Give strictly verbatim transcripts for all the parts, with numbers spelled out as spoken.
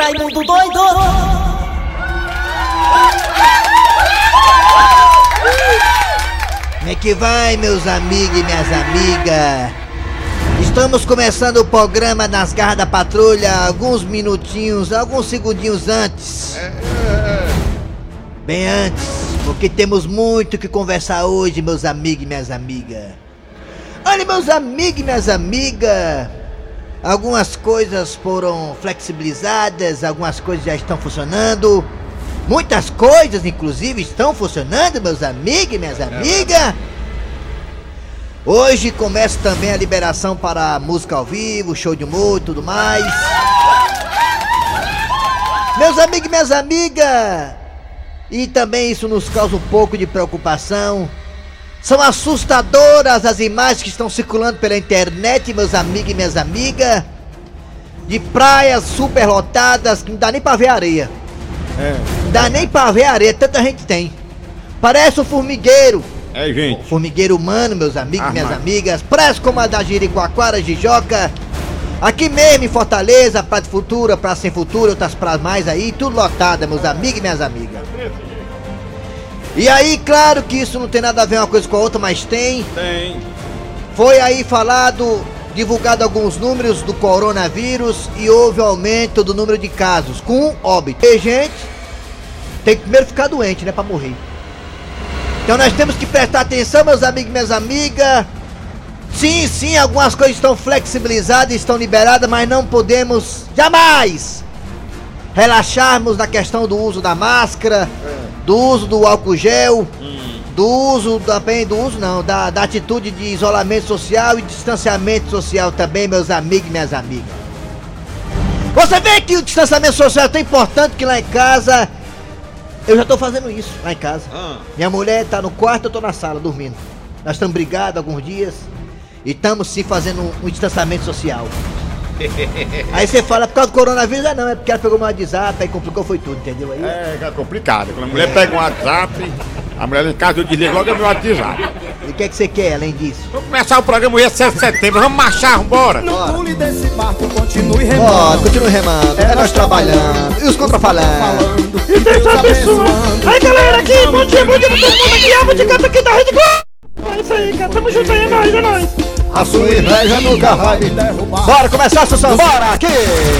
Raimundo doido! Como é que vai, meus amigos e minhas amigas? Estamos começando o programa Nas Garras da Patrulha alguns minutinhos, alguns segundinhos antes. Bem antes, porque temos muito que conversar hoje, meus amigos e minhas amigas. Olha, meus amigos e minhas amigas, algumas coisas foram flexibilizadas, algumas coisas já estão funcionando. Muitas coisas, inclusive, estão funcionando, meus amigos e minhas amigas. Hoje começa também a liberação para música ao vivo, show de humor e tudo mais. Meus amigos e minhas amigas, e também isso nos causa um pouco de preocupação. São assustadoras as imagens que estão circulando pela internet, meus amigos e minhas amigas, de praias superlotadas que não dá nem pra ver areia. É. Não dá nem pra ver areia, tanta gente tem. Parece um formigueiro. É, gente. Formigueiro humano, meus amigos e ah, minhas mano. amigas. Praias como a da Jericoacoara, Jijoca. Aqui mesmo em Fortaleza, Praia de Futura, Praia Sem Futuro, outras praias mais aí, tudo lotada, meus amigos e minhas amigas. E aí, claro que isso não tem nada a ver uma coisa com a outra, mas tem. Tem. Foi aí falado, divulgado alguns números do coronavírus e houve aumento do número de casos, com óbito. E, gente, tem que primeiro ficar doente, né, pra morrer. Então nós temos que prestar atenção, meus amigos e minhas amigas. Sim, sim, algumas coisas estão flexibilizadas, estão liberadas, mas não podemos jamais relaxarmos na questão do uso da máscara, do uso do álcool gel, hum. do uso também, do uso não, da, da atitude de isolamento social e distanciamento social também, meus amigos e minhas amigas. Você vê que o distanciamento social é tão importante que lá em casa, eu já tô fazendo isso, lá em casa. Ah. Minha mulher tá no quarto, eu tô na sala, dormindo. Nós estamos brigados alguns dias e estamos sim fazendo um, um distanciamento social. Aí você fala, por causa do coronavírus, ah, não, é porque ela pegou meu WhatsApp, aí complicou, foi tudo, entendeu? Aí, é, é complicado. Quando a mulher é. pega um WhatsApp, a mulher em casa eu desligo logo meu WhatsApp. E o que é que você quer além disso? Vamos começar o programa hoje é sete de setembro, vamos marchar, vambora! No pule desse barco, continue remando. Ó, continue remando, é, é nós trabalhando, e os contrafalando. E Deus abençoando. Aí galera, aqui, bom dia, bom dia pra todo mundo aqui, Ava de Gato aqui da Rede Globo. É isso aí, cara, tamo junto aí, é nóis, é nóis. A sua inveja nunca vai me derrubar. Bora começar, Sussão, bora aqui!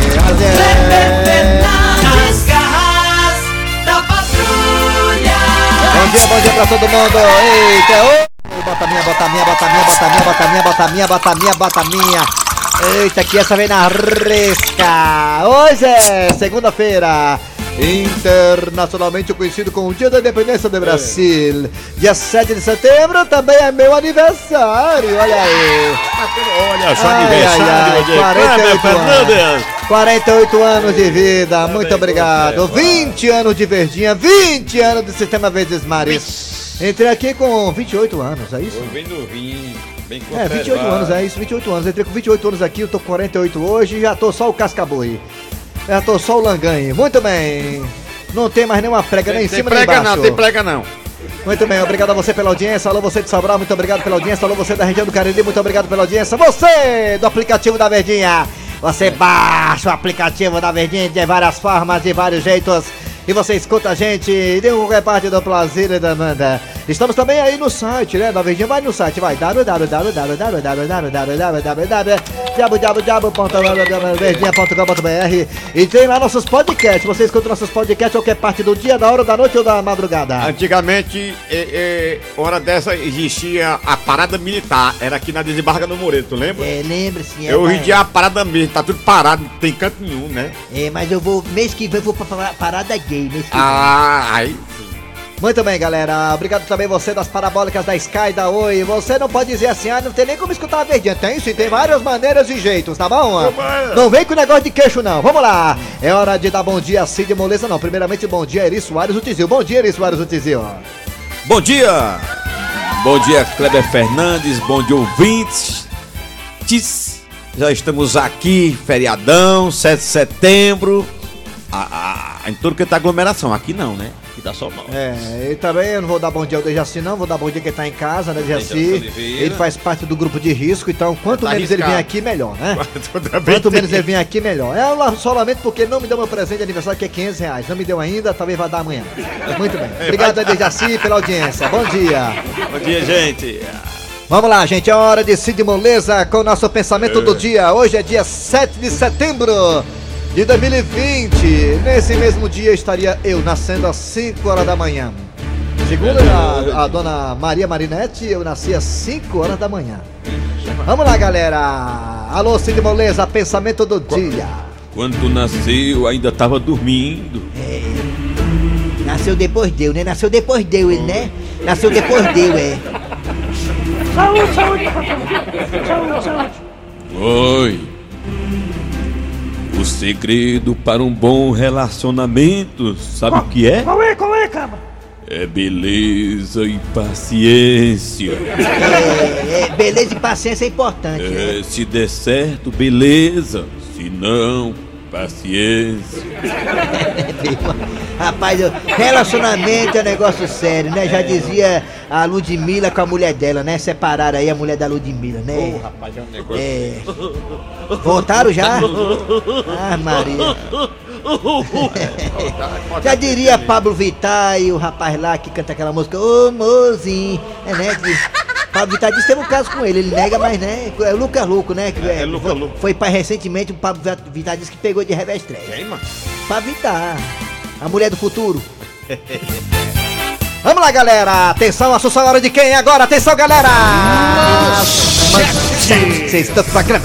Nas Garras da Patrulha. Bom dia, bom dia pra todo mundo! Eita, ô! Bota minha, bota minha, bota minha, bota minha, bota minha, bota minha, bota minha, bota minha! Eita, que essa vem na resca! Hoje é segunda-feira, internacionalmente conhecido como o Dia da Independência do Brasil. É. Dia sete de setembro também é meu aniversário, olha aí. Olha só, ai, aniversário, ai, ai, quarenta e oito anos. quarenta e oito anos de vida, muito obrigado. vinte anos de verdinha, vinte anos do Sistema Verdes Mares. Entrei aqui com vinte e oito anos, é isso? Eu bem novinho, bem É, vinte e oito anos, é isso, vinte e oito anos. Entrei com vinte e oito anos aqui, eu tô com quarenta e oito hoje e já tô só o cascaboi. Já tô só o langanhe. Muito bem. Não tem mais nenhuma prega nem em cima nem embaixo. Não, tem prega não. Muito bem, obrigado a você pela audiência. Alô, você de Sobral, muito obrigado pela audiência. Alô, você da região do Cariri, muito obrigado pela audiência. Você do aplicativo da Verdinha. Você baixa o aplicativo da Verdinha de várias formas, de vários jeitos. E você escuta a gente de qualquer parte do Brasil e da Amanda. Estamos também aí no site, né, da Verdinha. Vai no site, vai w w w ponto verdinha ponto com ponto b r e tem lá nossos podcasts. Você escuta nossos podcasts qualquer parte do dia, da hora, da noite ou da madrugada. Antigamente, é, é, hora dessa existia a parada militar. Era aqui na Desembarca do Moreto, tu lembra? É, lembra sim. É, eu hoje em dia é a parada mesmo, tá tudo parado, não tem canto nenhum, né? É, mas eu vou, mês que vem eu vou pra parada gay, mês que vem. Ah, aí... Muito bem, galera. Obrigado também você das parabólicas da Sky, da Oi. Você não pode dizer assim, ah, não tem nem como escutar a Verdinha. Tem sim, tem várias maneiras e jeitos, tá bom? Não vem com negócio de queixo, não. Vamos lá. É hora de dar bom dia a Cid Moleza, não. Primeiramente, bom dia, Eri Soares, o Tizil. Bom dia, Eri Soares, o Tizil. Bom dia. Bom dia, Kleber Fernandes. Bom dia, ouvintes. Já estamos aqui, feriadão, sete de setembro. Ah, ah. em todo que tá aglomeração. Aqui não, né? Aqui dá só nós. É, e também eu não vou dar bom dia ao Dejaci não, vou dar bom dia que ele tá em casa, né, Dejaci? Ele faz parte do grupo de risco, então quanto Tá menos ele arriscado. vem aqui, melhor, né? Toda vez Quanto tem. menos ele vem aqui, melhor. É lá- só lamento porque não me deu meu presente de aniversário, que é quinhentos reais. Não me deu ainda, talvez vá dar amanhã. Muito bem. Obrigado, Dejaci, pela audiência. Bom dia. Bom dia, gente. Vamos lá, gente, é hora de Cid Moleza com o nosso pensamento do dia. Hoje é dia sete de setembro de dois mil e vinte. Nesse mesmo dia estaria eu nascendo às cinco horas da manhã. Segundo a, a dona Maria Marinete, eu nasci às cinco horas da manhã. Vamos lá, galera. Alô, Cid Moleza, pensamento do dia. Quando tu nasceu, ainda tava dormindo. Nasceu depois deu, né? Nasceu depois deu ele, né? Nasceu depois deu, é. Saúde, saúde, papai. Saúde, saúde. Oi. O segredo para um bom relacionamento, sabe o que é? Qual é, qual é, caba? É beleza e paciência. É, é, beleza e paciência é importante, né? É, se der certo, beleza. Se não, paciência. Rapaz, eu- relacionamento é um negócio sério, né? Já dizia a Ludmilla com a mulher dela, né? Separaram aí a mulher da Ludmilla, né? Rapaz, é um negócio. É. Voltaram já? Ah, Maria. Já diria Pablo Vittar e o rapaz lá que canta aquela música, ô mozinho. É, né? Que Pablo Vittar disse que teve um caso com ele, ele nega, mas né? É o Lucas Louco, né? Que, É, é Lucas foi, Louco. foi pai recentemente, o Pablo Vittar disse que pegou de revés três. Quem, mano? Pablo Vittar, a mulher do futuro. Vamos lá, galera! Atenção, assustou a hora de quem agora? Atenção, galera! Manchetes do programa.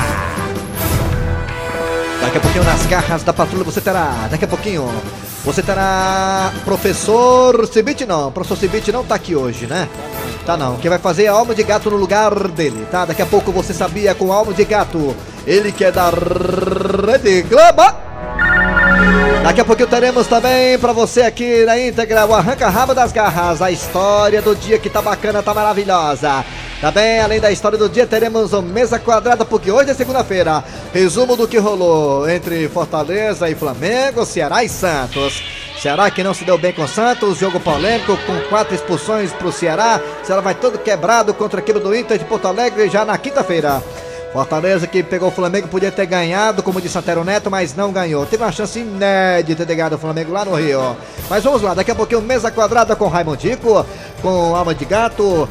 Daqui a pouquinho nas garras da patrulha você terá. Daqui a pouquinho você terá professor Cibite não. Professor Cibite não tá aqui hoje, né? Tá não. Quem vai fazer é a alma de gato no lugar dele, tá? Daqui a pouco você sabia com a alma de gato. Ele que é da Rede Globo. Daqui a pouquinho teremos também pra você aqui na íntegra o Arranca-Rabo das Garras, a história do dia que tá bacana, tá maravilhosa. Também, além da história do dia, teremos o Mesa Quadrada, porque hoje é segunda-feira. Resumo do que rolou entre Fortaleza e Flamengo, Ceará e Santos. Ceará que não se deu bem com Santos, jogo polêmico com quatro expulsões pro Ceará. Ceará vai todo quebrado contra aquilo do Inter de Porto Alegre já na quinta-feira. Fortaleza que pegou o Flamengo, podia ter ganhado, como disse Antero Neto, mas não ganhou. Teve uma chance inédita de ter ganhado o Flamengo lá no Rio. Mas vamos lá, daqui a pouquinho Mesa Quadrada com Raimondico, com Alma de Gato,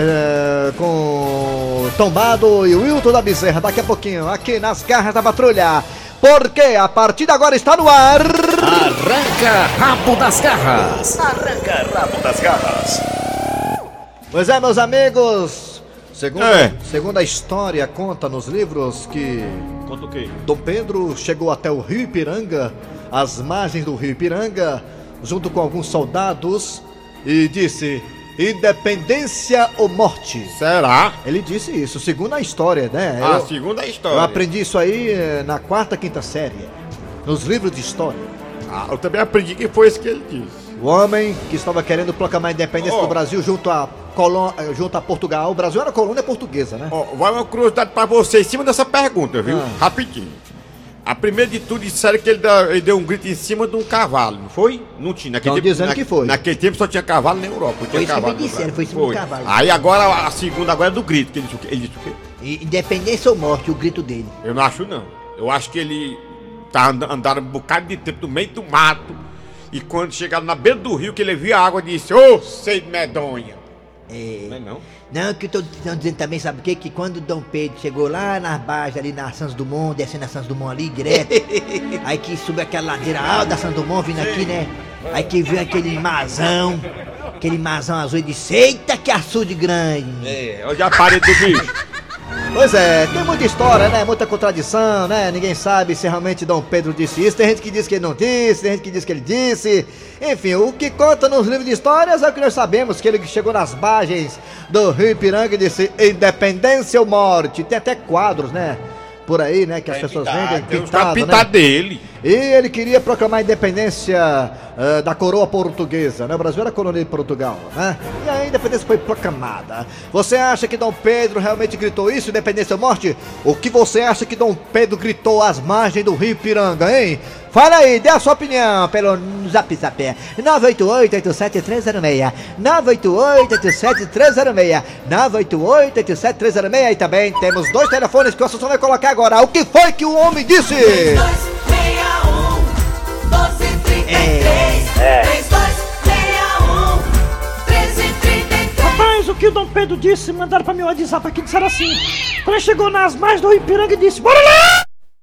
é, com Tombado e o Wilton da Bezerra. Daqui a pouquinho, aqui nas garras da patrulha. Porque a partir de agora está no ar... Arranca rabo das garras. Arranca rabo das garras. Pois é, meus amigos... Segundo, É. segundo a história conta nos livros que Conta o quê? Dom Pedro chegou até o Rio Ipiranga, às margens do Rio Ipiranga, junto com alguns soldados, e disse: independência ou morte. Será? Ele disse isso, segundo a história, né? A eu, segunda história. eu aprendi isso aí eh, na quarta, quinta série, nos livros de história. Ah, eu também aprendi que foi isso que ele disse. O homem que estava querendo proclamar a independência Oh. do Brasil junto a, Colô- eh, junto a Portugal. O Brasil era colônia portuguesa, né? Ó, vai uma curiosidade pra você em cima dessa pergunta, viu? Ah. Rapidinho. A primeira de tudo disseram que ele, dá- ele deu um grito em cima de um cavalo, não foi? Não tinha. Naquele Tão dizendo que foi. Naquele tempo só tinha cavalo na Europa. Não tinha Foi isso que cavalo me no disseram, Brasil. foi em cima do cavalo. Aí agora a segunda agora é do grito. Que ele, disse o quê? Ele disse o quê? E independência ou morte, o grito dele. Eu não acho não. Eu acho que ele tá and andando um bocado de tempo no meio do mato. E quando chegaram na beira do rio, que ele viu a água, disse: ô, oh, sei medonha. É. Não é não? Não, que eu tô, tô dizendo também, sabe o quê? Que quando Dom Pedro chegou lá nas baixas, ali na Santos Dumont, descendo a Santos Dumont ali, direto, aí que subiu aquela ladeira alta da Santos Dumont, vindo aqui, né? Aí que viu aquele mazão, aquele mazão azul e disse: eita, que açude grande! É, olha a parede do bicho. Pois é, tem muita história, né? Muita contradição, né? Ninguém sabe se realmente Dom Pedro disse isso. Tem gente que diz que ele não disse, tem gente que diz que ele disse. Enfim, o que conta nos livros de histórias é o que nós sabemos, que ele chegou nas margens do Rio Ipiranga e disse: independência ou morte. Tem até quadros, né? Por aí, né? Que as pessoas vendem Tem uns pintado, capitães né? dele. E ele queria proclamar a independência ah, da coroa portuguesa, né? O Brasil era colônia de Portugal, né? E a independência foi proclamada. Você acha que Dom Pedro realmente gritou isso, independência ou morte? O que você acha que Dom Pedro gritou às margens do Rio Ipiranga, hein? Fala aí, dê a sua opinião pelo Zap Zap. nove oito oito, oito sete três zero seis. nove oito oito, oito sete três zero seis. nove oito oito, oito sete três zero seis. E também temos dois telefones que o Assunção vai colocar agora. O que foi que o homem disse? três dois seis um, doze trinta e três. É. três dois seis um, treze trinta e três. Rapaz, o que o Dom Pedro disse, mandaram pra meu WhatsApp aqui, disseram assim. Quando ele chegou nas margens do Ipiranga e disse, bora lá!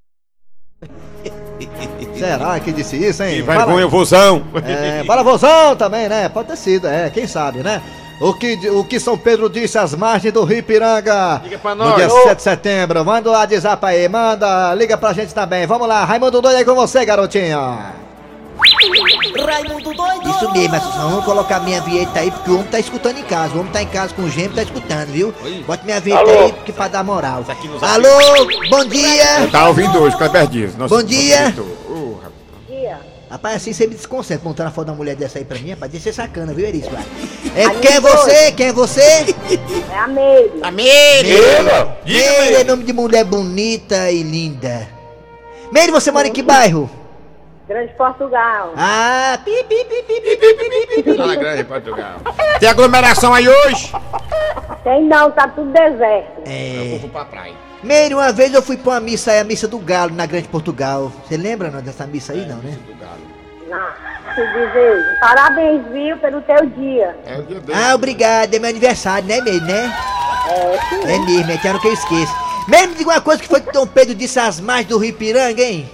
Será que disse isso, hein? Que vergonha, vozão. É, bora vozão também, né? Pode ter sido, é, quem sabe, né? O que, o que São Pedro disse às margens do Rio Ipiranga. Liga pra No nós. dia sete de setembro. Manda o WhatsApp aí, manda, liga pra gente também. Vamos lá, Raimundo Doido aí com você, garotinho. Raimundo doido. Isso mesmo, Assunção, vamos colocar minha vinheta aí, porque o homem tá escutando em casa. O homem tá em casa com o gêmeo, tá escutando, viu? Bota minha vinheta Alô? aí, porque pra dar moral. aqui nos Alô, bom dia. Tá ouvindo hoje, Kleber Dias. nosso- Bom dia. nosso diretor. Ô, rapaz. Rapaz, assim você me desconcentra montando a foto da mulher dessa aí pra mim, rapaz. Deixa ser sacana, viu, Eris? É, quem é você? Quem é você? É a Meire. Meire! Meire é nome de mulher bonita e linda. Meire, você mora em que bairro? Grande Portugal. Ah, pi, pi, pi, pi, pi, pi, pi, pi, pi. Tá na grande Portugal. Tem aglomeração aí hoje? Tem não, tá tudo deserto. É. Vou pra praia. Meire, uma vez eu fui pra uma missa aí, a missa do Galo, na Grande Portugal. Você lembra não, dessa missa aí, não, né? Não, te dizer, parabéns, viu, pelo teu dia. É o dia dele. Ah, obrigado, é meu aniversário, né, Meire, né? É, sim. É mesmo, é quero que eu esqueça. Meire, me diga uma coisa que foi que Dom Pedro disse às margens do Rio Ipiranga, hein?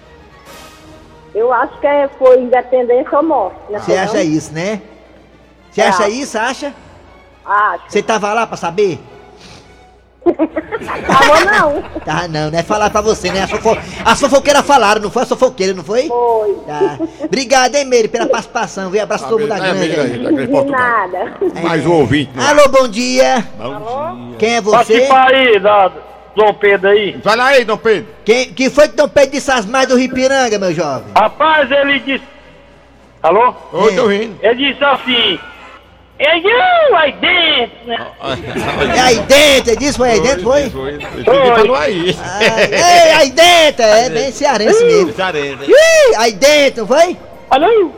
Eu acho que é- foi independência ou morte, né? Você acha isso, né? Você É. acha isso, acha? Acho. Você tava lá pra saber? Tava não. Tá, não, né? Falar pra você, né? A, fofo... a fofoqueira falaram, não foi a fofoqueira, não foi? Foi. Tá. Obrigado, hein, Meire, pela participação, viu? Abraço todo mundo da É, grande amiga aí, aí. da grande De Portugal. nada. Mais um ouvinte. né? Alô, bom dia. Quem é você? Participar aí, da Dom Pedro aí. Vai lá aí, Dom Pedro. Quem que foi que Dom Pedro disse às margens do Rio Ipiranga, meu jovem? Rapaz, ele disse... Alô? Oi, É. tô rindo. Ele disse assim... Eu aí dentro, né? É aí dentro, ele disse, foi aí dentro, foi? Foi. Eu liguei pra não aí. Ah, ei, aí dentro, é bem cearense mesmo. Ih, aí dentro, não foi? Alô?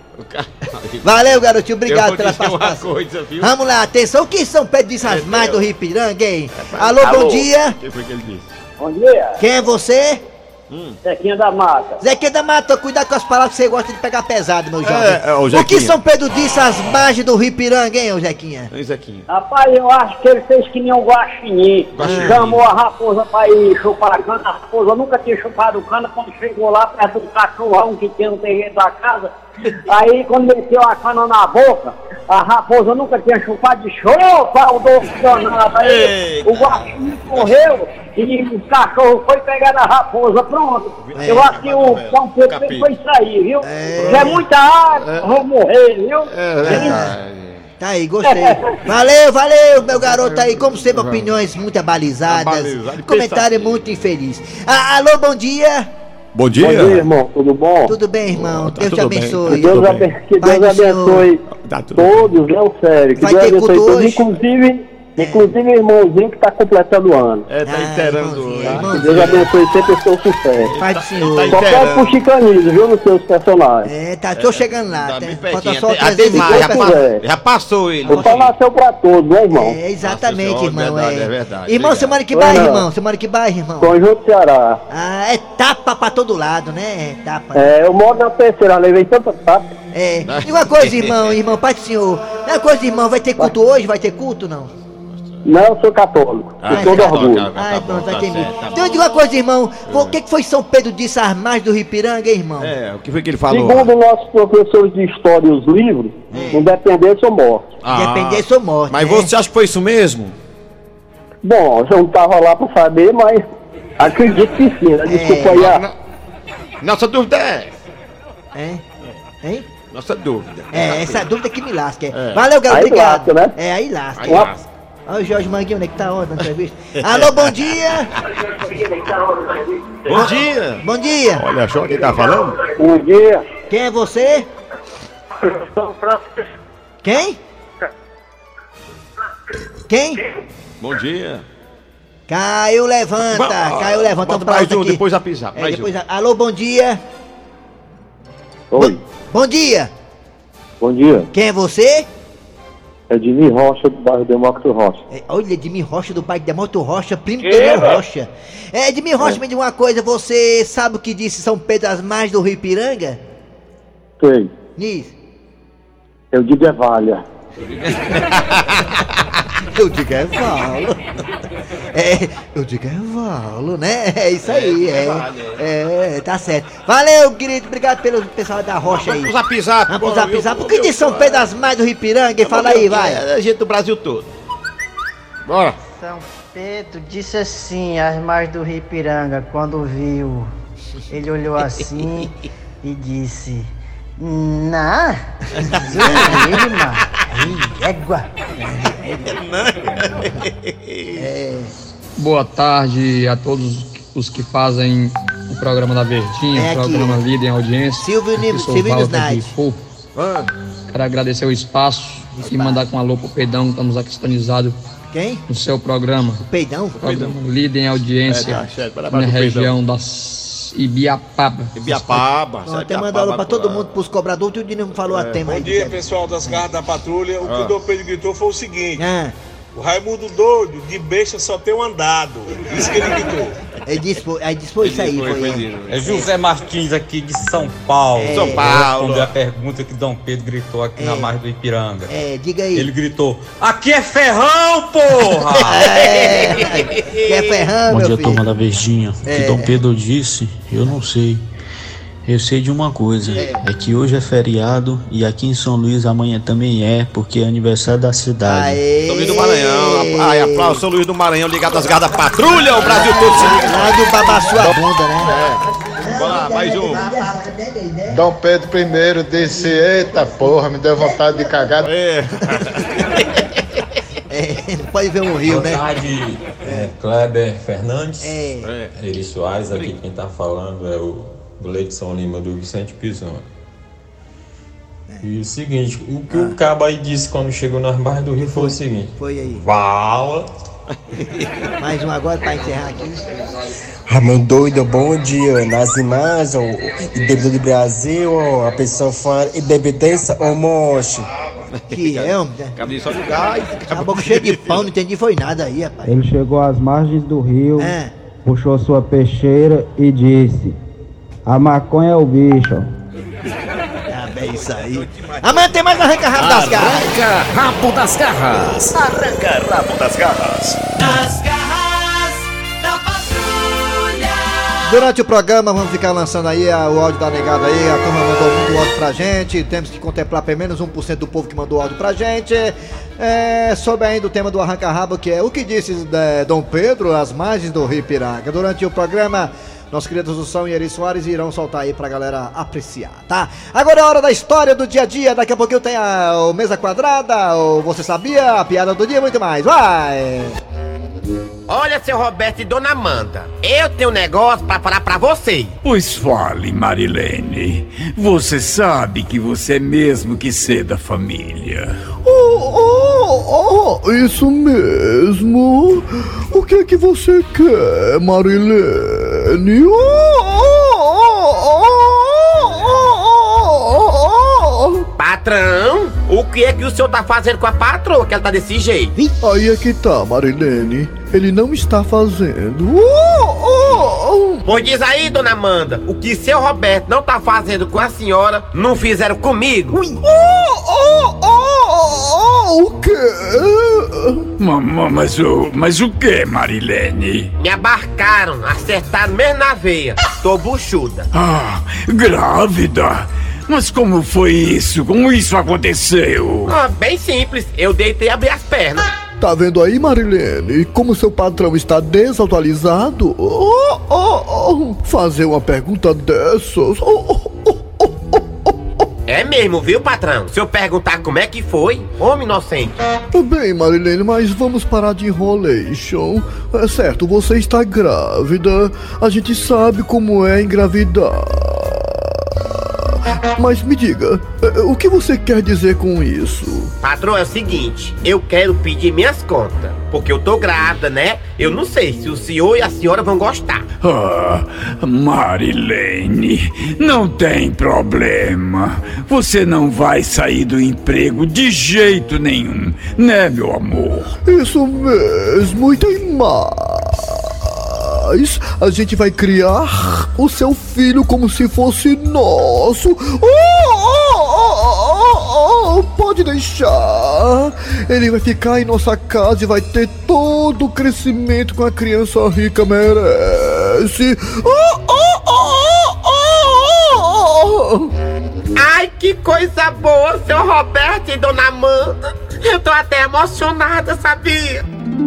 Valeu, garotinho, obrigado Eu vou pela dizer uma participação. coisa, viu? Vamos lá, atenção, o que São Pedro disse às margens do Rio Ipiranga, hein? Alô, bom Alô. dia. O que foi que ele disse? Bom dia, Quem é você? Zequinha da Mata. Zequinha da Mata, cuidado com as palavras que você gosta de pegar pesado, meu jovem. É, é, ô, o que Zequinha. São Pedro disse às margens do Rio Ipiranga, hein, ô Zequinha? Oi, Zequinha. Rapaz, eu acho que ele fez que nem um guaxinim. Guaxinim. Chamou a raposa pra ir chupar a cana. A raposa nunca tinha chupado cana. Quando chegou lá perto do cachorrão que tinha no terreno da casa, aí quando meteu a cana na boca, a raposa nunca tinha chupado de chupa o doce danado. Aí o guaxinim correu e o cachorro foi pegar a raposa. Pronto. É. Eu acho que o São Pedro Capítulo. foi isso aí, viu? É. Já é muita água, vou morrer, viu? É verdade. Tá aí, gostei. Valeu, valeu, meu garoto aí. Como sempre, opiniões muito abalizadas. Abalizado, Comentário pensativo. muito infeliz. Ah, alô, bom dia. Bom dia. irmão, tudo bom? Tudo bem, irmão? Tá Deus te tudo bem. abençoe. Que Deus Deus, abe- abe- que Pai Deus do Senhor. abençoe Tá tudo bem. todos, não, sério. Que Vai Deus ter abençoe culto todos, hoje? inclusive, inclusive o irmãozinho que tá completando o ano. É, tá Ah, inteirando irmãozinho, hoje. Que irmãozinho. Deus abençoe sempre o seu sucesso. Pai do Senhor. tá Qualquer inteirando. puxicanizo, viu, nos seus personagens. É, tá, tô chegando lá. Tá tem- bem falta pertinho. só Até- trazer até esse mais, corpo já, pra- pa- pa- já passou ele. O pai nasceu pra todos, né, irmão? É, exatamente, Nossa irmão. Senhora, é. verdade, é verdade. Irmão, você Obrigado. mora em que Oi, bairro, não. irmão? Você mora em que bairro, irmão? Conjunto Ceará. Ah, é tapa pra todo lado, né? É tapa. É, eu moro na terceira, levei tanta tapa. É. E uma coisa, irmão, irmão, pai do senhor. Uma coisa, irmão, vai ter culto hoje? Vai ter culto, não? Não, eu sou católico, Ah, com todo tá, orgulho. tá, Ai, tá bom, pronto, tá entendi. certo, tá Então, bom. diga uma coisa, irmão. O que, que foi São Pedro disse às margens do Rio Ipiranga, hein, irmão? É, o que foi que ele falou? Segundo nossos professores de história e os livros, independência ou morte. Ah, Dependência ou morte. Mas né? você acha que foi isso mesmo? Bom, eu não tava lá pra saber, mas acredito que sim, né? Desculpa aí a... No- Nossa dúvida é. É? Hein? Nossa dúvida. É, essa dúvida que me lasca. é. É. Valeu, garoto, Aí obrigado. lasca, né? É, aí lasca. Aí lasca. Olha o Jorge Manguinho, né, que tá onde na entrevista. Alô, bom dia! Bom dia! Bom dia! Olha só quem tá falando. Um dia... Quem é você? Quem? Quem? Bom dia! Caio Levanta, Va- Caio Levanta, bota vamos pra mais outra um, aqui. depois a pisar, É, mais depois um. a- Alô, bom dia! Oi. Bo- Bom dia. Bom dia. Quem é você? É Dini Rocha, do bairro Demócrito Rocha. É, olha, Edmir Rocha do bairro Demócrito Rocha, primo do Daniel Rocha. É, Edmir Rocha, É. me diz uma coisa, você sabe o que disse São Pedro das Margens do Rio Ipiranga? Sei. Diz. Eu digo é valha. Eu digo é Valo. É, eu digo é Valo, né? É isso aí, é. É, tá certo. Valeu, querido, obrigado pelo pessoal da Rocha aí. Vamos pro Zap Zap. Vamos pro Zap Zap. Por que de São Pedro das Margens do Rio Ipiranga? Fala aí, vai. É gente do Brasil todo. Bora. São Pedro disse assim, às margens do Rio Ipiranga, quando viu, ele olhou assim e disse: Não, Zulima, égua. É. Boa tarde a todos os que fazem o programa da Verdinha, É o aqui. programa Líder em Audiência. Silvio Aqui Nim- sou Silvio Walter Knight. Grifo. Quero agradecer o espaço e mandar com um alô pro Peidão, que estamos aqui sintonizados Quem? no seu programa. O Peidão? Programa Líder em Audiência, É, tá certo. Parabéns na pro Peidão. região das Ibiapaba. Ibiapaba. Ó, até mandou alô pra todo mundo, pros cobradores, tudo de não falou a tema aí. Bom dia, pessoal das garras da patrulha. O que Ah. o Dom Pedro gritou foi o seguinte: Ah, o Raimundo doido, de besta só tem um andado. Isso que ele gritou. ele disse, foi- aí disse foi isso aí, foi. é. É José Martins aqui de São Paulo. É. São Paulo. Responder a pergunta que Dom Pedro gritou aqui na É. margem do Ipiranga. É, diga aí. Ele gritou: Aqui é ferrão, porra! É, que é ferrão, Bom meu dia, filho. turma da Verdinha. O É. que Dom Pedro disse, eu não sei. Eu sei de uma coisa, é. que hoje é feriado e aqui em São Luís amanhã também é, porque é aniversário da cidade. Aê. São Luís do Maranhão. Ai, aplauso São Luís do Maranhão, ligado às garras da patrulha. O Brasil todo se liga. Lá do babá sua bunda, né? Vamos lá, mais um. Dom Pedro I disse: Eita porra, me deu vontade de cagar. É. É, não pode ver um rio, Boa né? tarde, é, Kleber Fernandes. É. Eri Soares, aqui quem tá falando é o do Leidson Lima do Vicente Pisoni. E o seguinte, o que o cabo aí disse quando chegou nas barras do Rio foi o seguinte: Foi aí. Vala. Mais um agora pra encerrar aqui. Ramon doido, bom dia. Nas imagens, e dentro do Brasil, a pessoa fala e bebedeça ou moche. Que é, homem. Acabei só de gás. A boca cheia de pão, não entendi foi nada aí, rapaz. Ele chegou às margens do rio, É. puxou sua peixeira e disse: A maconha é o bicho. Ah, bem, isso aí. Amanhã tem mais Arranca Rabo das Garras. Arranca Rabo das Garras. Arranca Rabo das Garras. As garras da patrulha. Durante o programa, vamos ficar lançando aí a- o áudio da negada aí. A turma mandou muito áudio pra gente. Temos que contemplar pelo menos um por cento do povo que mandou áudio pra gente. É, sobre ainda o tema do Arranca Rabo, que é o que disse é, Dom Pedro, as margens do Rio Ipiranga. Durante o programa, nossos queridos do São e Eri Soares irão soltar aí pra galera apreciar, tá? Agora é a hora da história do dia a dia. Daqui a pouquinho tem a o Mesa Quadrada, o Você Sabia, a piada do dia e muito mais. Vai! Olha, seu Roberto e Dona Amanda, eu tenho um negócio pra falar pra vocês. Pois fale, Marilene. Você sabe que você é mesmo que ser da família. Oh, oh, isso mesmo. O que é que você quer, Marilene? Oh, oh, oh, oh, oh. Patrão, o que é que o senhor tá fazendo com a patroa que ela tá desse jeito? Aí é que tá, Marilene. Ele não está fazendo. Oh, oh, oh. Pois diz aí, Dona Amanda, o que seu Roberto não tá fazendo com a senhora, não fizeram comigo? Oh, oh, oh, oh, o quê? Mas, mas, o, mas o que, Marilene? Me abarcaram, acertaram mesmo na veia. Tô buchuda. Ah, grávida? Mas como foi isso? Como isso aconteceu? Ah, bem simples, eu deitei e abri as pernas. Tá vendo aí, Marilene? Como seu patrão está desatualizado? Oh, oh, oh. Fazer uma pergunta dessas. Oh, oh. É mesmo, viu, patrão? Se eu perguntar como é que foi, homem inocente. Bem, Marilene, mas vamos parar de enrolation. É certo, você está grávida. A gente sabe como é engravidar. Mas me diga, eh, o que você quer dizer com isso? Patrão, é o seguinte, eu quero pedir minhas contas, porque eu tô grávida, né? Eu não sei se o senhor e a senhora vão gostar. Ah, Marilene, não tem problema. Você não vai sair do emprego de jeito nenhum, né, meu amor? Isso mesmo, e tem mais. A gente vai criar o seu filho como se fosse nosso. Oh, oh, oh, oh, oh, pode deixar. Ele vai ficar em nossa casa e vai ter todo o crescimento que uma criança rica merece. Oh, oh, oh, oh, oh. Ai, que coisa boa, seu Roberto e dona Amanda. Eu tô até emocionada, sabia?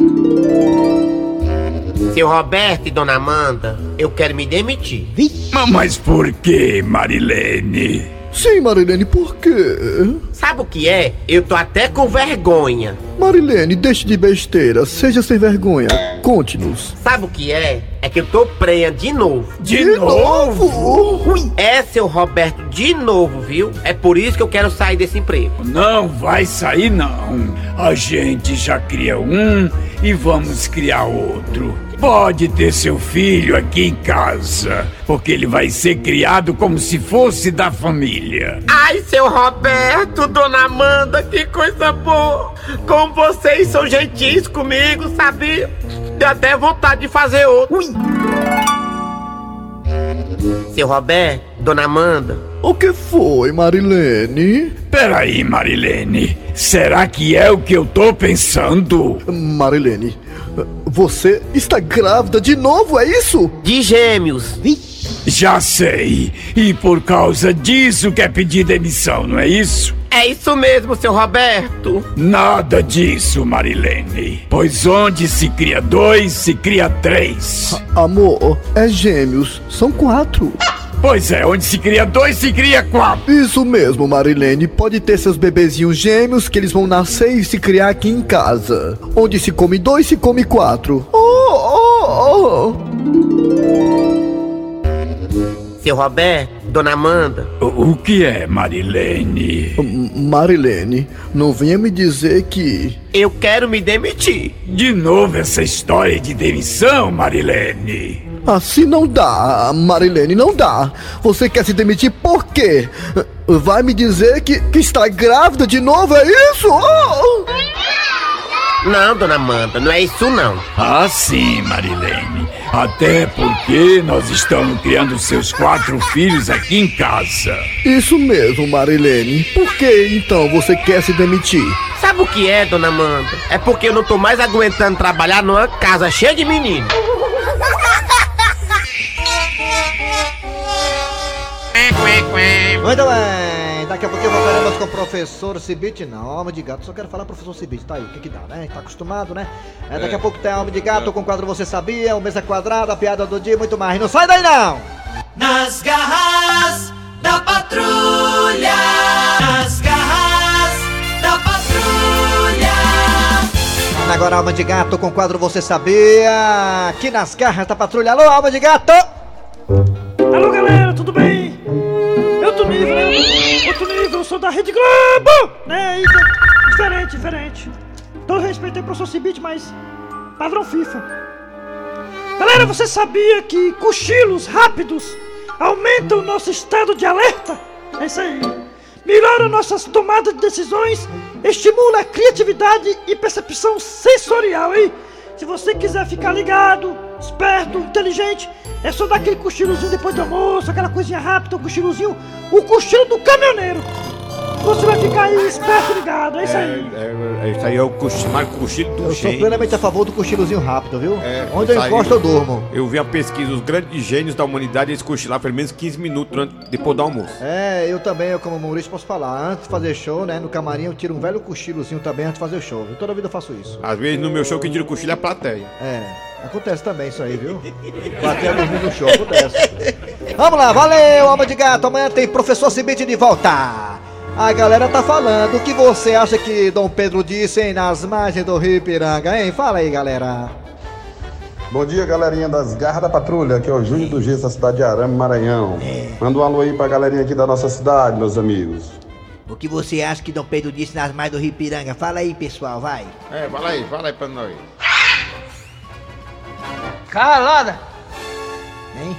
Seu Roberto e dona Amanda, eu quero me demitir. Mas por que, Marilene? Sim, Marilene, por quê? Sabe o que é? Eu tô até com vergonha. Marilene, deixe de besteira, seja sem vergonha. Conte-nos. Sabe o que é? É que eu tô prenha de novo. De, de novo? novo? É, seu Roberto, de novo, viu? É por isso que eu quero sair desse emprego. Não vai sair, não. A gente já cria um e vamos criar outro. Pode ter seu filho aqui em casa, porque ele vai ser criado como se fosse da família. Ai, seu Roberto, dona Amanda, que coisa boa. Como vocês são gentis comigo, sabia? Deu até vontade de fazer outro. Ui. Seu Roberto, dona Amanda. O que foi, Marilene? Peraí, Marilene. Será que é o que eu tô pensando? Marilene, você está grávida de novo, é isso? De gêmeos. Já sei. E por causa disso quer pedir demissão, não é isso? É isso mesmo, seu Roberto. Nada disso, Marilene. Pois onde se cria dois, se cria três. Amor, é gêmeos. São quatro. Pois é, onde se cria dois, se cria quatro. Isso mesmo, Marilene. Pode ter seus bebezinhos gêmeos que eles vão nascer e se criar aqui em casa. Onde se come dois, se come quatro. Oh, oh, oh. Seu Roberto, dona Amanda. O, o que é, Marilene? Marilene, não venha me dizer que... Eu quero me demitir. De novo essa história de demissão, Marilene. Assim não dá, Marilene, não dá. Você quer se demitir por quê? Vai me dizer que, que está grávida de novo, é isso? Oh! Não, dona Amanda, não é isso não. Ah, sim, Marilene. Até porque nós estamos criando seus quatro filhos aqui em casa. Isso mesmo, Marilene. Por que então você quer se demitir? Sabe o que é, dona Amanda? É porque eu não tô mais aguentando trabalhar numa casa cheia de meninos. Muito bem, daqui a pouquinho voltaremos com o professor Cibite. Não, Alma de Gato, só quero falar professor Cibite, tá aí, o que que dá, né? Tá acostumado, né? É, daqui a pouco tem Alma de Gato com o quadro Você Sabia, o Mesa Quadrada, a piada do dia e muito mais. Não sai daí não! Nas garras da patrulha, nas garras da patrulha. Agora Alma de Gato com o quadro Você Sabia, aqui nas garras da patrulha. Alô, Alma de Gato! Alô, galera, tudo bem? Eu tô nível, né? Outro nível, eu sou da Rede Globo! Né? Diferente, diferente. Então eu respeitei o professor Cibite, mas padrão FIFA. Galera, você sabia que cochilos rápidos aumentam o nosso estado de alerta? É isso aí. Melhora nossas tomadas de decisões, estimula a criatividade e percepção sensorial, hein? Se você quiser ficar ligado, esperto, inteligente, é só dar aquele cochilozinho depois do almoço, aquela coisinha rápida, um cochilozinho, o cochilo do caminhoneiro. Você vai ficar aí esperto, ligado, é isso aí. É, é, isso aí é o cochilo, cochilo do Eu gênio. sou plenamente a favor do cochilozinho rápido, viu? É, Onde eu encosto eu durmo. Eu vi uma pesquisa, os grandes gênios da humanidade, eles cochilavam pelo menos quinze minutos durante, depois do almoço. É, eu também, eu como humorista posso falar. Antes de fazer show, né, no camarim eu tiro um velho cochilozinho também antes de fazer o show. Eu toda vida eu faço isso. Às vezes no meu show quem tira o cochilo é a plateia. É, acontece também isso aí, viu? Plateia dormindo no show, acontece. Vamos lá, valeu, Alma de Gato. Amanhã tem professor Cibite de volta. A galera tá falando, o que você acha que Dom Pedro disse, hein, nas margens do Rio Ipiranga, hein? Fala aí, galera. Bom dia, galerinha das Garras da Patrulha. Aqui é o Júnior do Gesso, da cidade de Arame, Maranhão. É. Manda um alô aí pra galerinha aqui da nossa cidade, meus amigos. O que você acha que Dom Pedro disse nas margens do Rio Ipiranga? Fala aí, pessoal, vai. É, fala aí, fala aí pra nós. Calada! Hein?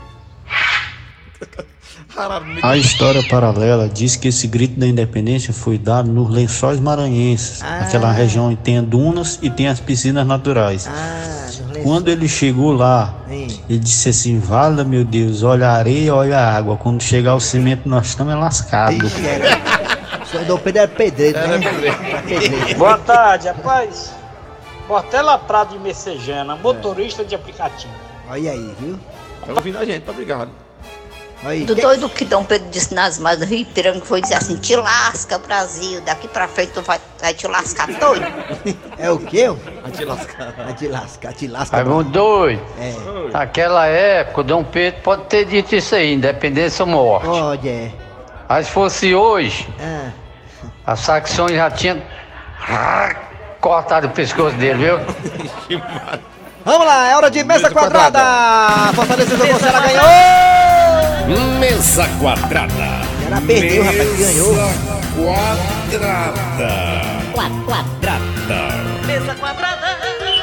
A história paralela diz que esse grito da independência foi dado nos Lençóis Maranhenses, Ah. aquela região onde tem dunas e tem as piscinas naturais. Ah, Quando ele chegou lá, Sim. ele disse assim: vala, meu Deus, olha a areia, olha a água. Quando chegar o cimento, nós estamos lascados. O senhor Dom Pedro era pedreiro, né? Era pedreiro. Boa tarde, rapaz. Portela Prado de Messejana, motorista de aplicativo. Olha aí, viu? Tá ouvindo a gente, tá obrigado. Aí, Do doido que Dom Pedro disse nas margens do Rio Ipiranga, que foi dizer assim: te lasca, Brasil, daqui pra frente tu vai, vai te lascar todo. É o quê? Vai te lascar. Vai te lascar, te lasca. Raimundo doido. É. Naquela época, o Dom Pedro pode ter dito isso aí, independência ou morte. Pode, é. Mas se fosse hoje, Ah. a Saxônia já tinha cortado o pescoço dele, viu? Vamos lá, é hora de mesa, Mesa quadrada. quadrada. Fortaleza jogou, Ceará ganhou. Mesa quadrada. Ceará perdeu, rapaz, ganhou. Quadrada. Quadrada. Mesa quadrada.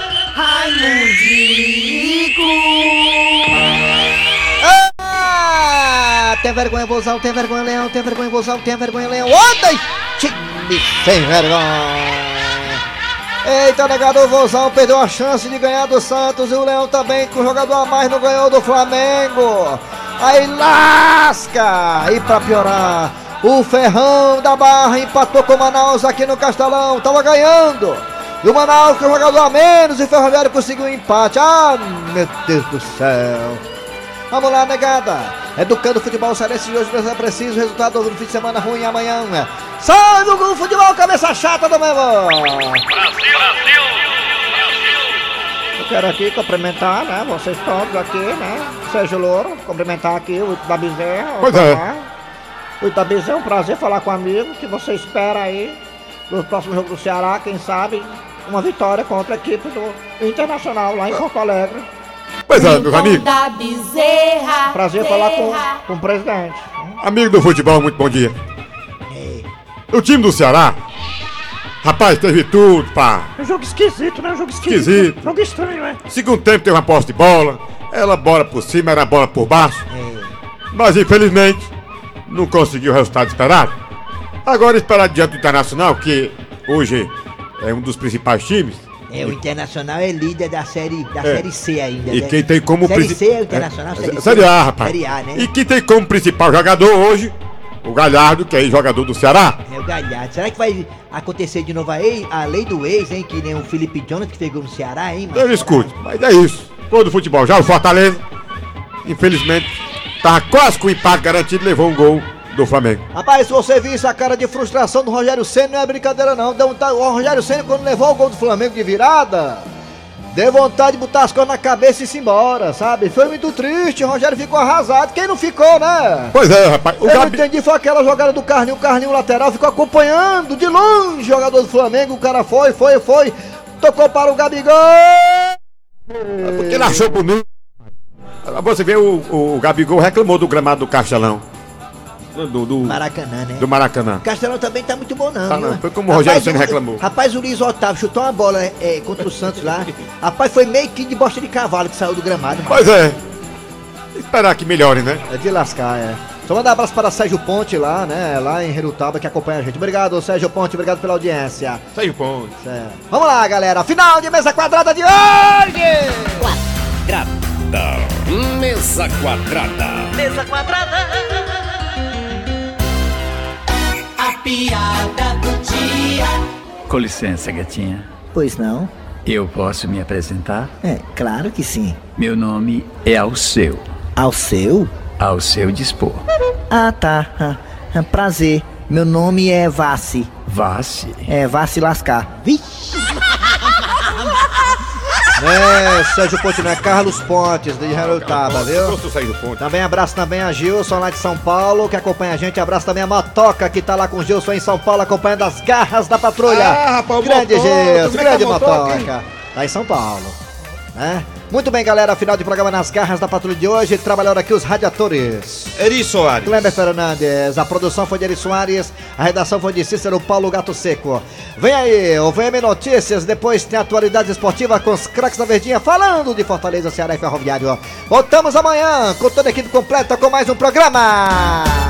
Ah, tem vergonha, Vozão, tem vergonha, Leão, tem vergonha, Vozão, tem vergonha, Leão. Ontem, time sem vergonha. Eita, negado, o Vozão perdeu a chance de ganhar do Santos e o Leão também, com o jogador a mais, não ganhou do Flamengo. Aí lasca! E pra piorar, o Ferrão da Barra empatou com o Manaus aqui no Castelão, tava ganhando. E o Manaus com o jogador a menos e o Ferroviário conseguiu um empate. Ah, meu Deus do céu. Vamos lá, negada. Educando o futebol cearense de hoje, mas é preciso resultado do fim de semana ruim amanhã. Sai do futebol, cabeça chata do meu. Eu quero aqui cumprimentar, né, vocês todos aqui, né, Sérgio Louro, cumprimentar aqui o Ita da Bezerra. Pois é. O Ita da Bezerra, é um prazer falar com o amigo, que você espera aí, no próximo jogo do Ceará, quem sabe, uma vitória contra a equipe do Internacional, lá em Porto Alegre. Pois é, meus amigos. Da Bezerra. Prazer falar com, com o presidente. Amigo do futebol, muito bom dia. O time do Ceará, rapaz, teve tudo, pá. É um jogo esquisito, né? Um jogo esquisito. Esquisito. Jogo estranho, né? Segundo tempo teve uma posse de bola, ela bola por cima, era bola por baixo. Mas infelizmente não conseguiu o resultado esperado. Agora esperar diante do Internacional, que hoje é um dos principais times. É, o Internacional é líder da série, da É. série C ainda. E né? quem tem como Série princi- C é o Internacional, É, série C. Série A, rapaz. Série A, né? E quem tem como principal jogador hoje, o Galhardo, que é jogador do Ceará. É o Galhardo. Será que vai acontecer de novo a, ex, a lei do ex, hein? Que nem o Felipe Jonathan que pegou no Ceará, hein, mano? Eu escuto, mas é isso. Todo futebol. Já o Fortaleza, infelizmente, tava quase com o empate garantido, levou um gol do Flamengo. Rapaz, se você viu essa cara de frustração do Rogério Ceni, não é brincadeira não. Deu vontade- O Rogério Ceni, quando levou o gol do Flamengo de virada, deu vontade de botar as coisas na cabeça e ir embora, sabe? Foi muito triste, o Rogério ficou arrasado. Quem não ficou, né? Pois é, rapaz. O Eu não Gabi... entendi, foi aquela jogada do Carlinho, o Carlinho lateral ficou acompanhando de longe o jogador do Flamengo, o cara foi, foi, foi, tocou para o Gabigol. Porque ele achou bonito. Você vê, o, o Gabigol reclamou do gramado do Castelão. Do, do, do Maracanã, né? Do Maracanã. O Castelão também tá muito bom não, Tá viu? não, foi como o Rogério Rapaz, Ceni o- reclamou. Rapaz, o Luiz Otávio chutou uma bola é, contra o Santos lá. Rapaz, foi meio que de bosta de cavalo que saiu do gramado. mano. Pois é. Esperar que melhore, né? É de lascar, é. Só mandar um abraço para Sérgio Ponte lá, né? Lá em Herutaba, que acompanha a gente. Obrigado, Sérgio Ponte, obrigado pela audiência. Sérgio Ponte. É. Vamos lá, galera. Final de mesa quadrada de hoje! Quadrada. Mesa quadrada. Mesa quadrada. A piada do dia. Com licença, gatinha. Pois não? Eu posso me apresentar? É, claro que sim. Meu nome é Alceu. Alceu? Ao seu dispor. Ah, tá. Ah, ah, prazer. Meu nome é Vassi. Vassi? É, Vassi lascar. Vixe! É, Sérgio Ponte, não é Carlos Pontes, de Herutaba, viu? Gosto do Sérgio Ponte. Também abraço também a Gilson lá de São Paulo, que acompanha a gente. Abraço também a Motoca, que tá lá com o Gilson em São Paulo, acompanhando as garras da patrulha. Ah, rapaz, o grande Motoca, Gilson, como é que grande é a Motoca, Motoca. Tá em São Paulo, né? Muito bem, galera, final de programa nas garras da patrulha de hoje. Trabalharam aqui os radiadores. Eri Soares. Kleber Fernandes. A produção foi de Eri Soares. A redação foi de Cícero Paulo Gato Seco. Vem aí, o V M Notícias. Depois tem atualidades esportivas com os craques da Verdinha falando de Fortaleza, Ceará e Ferroviário. Voltamos amanhã com toda a equipe completa com mais um programa.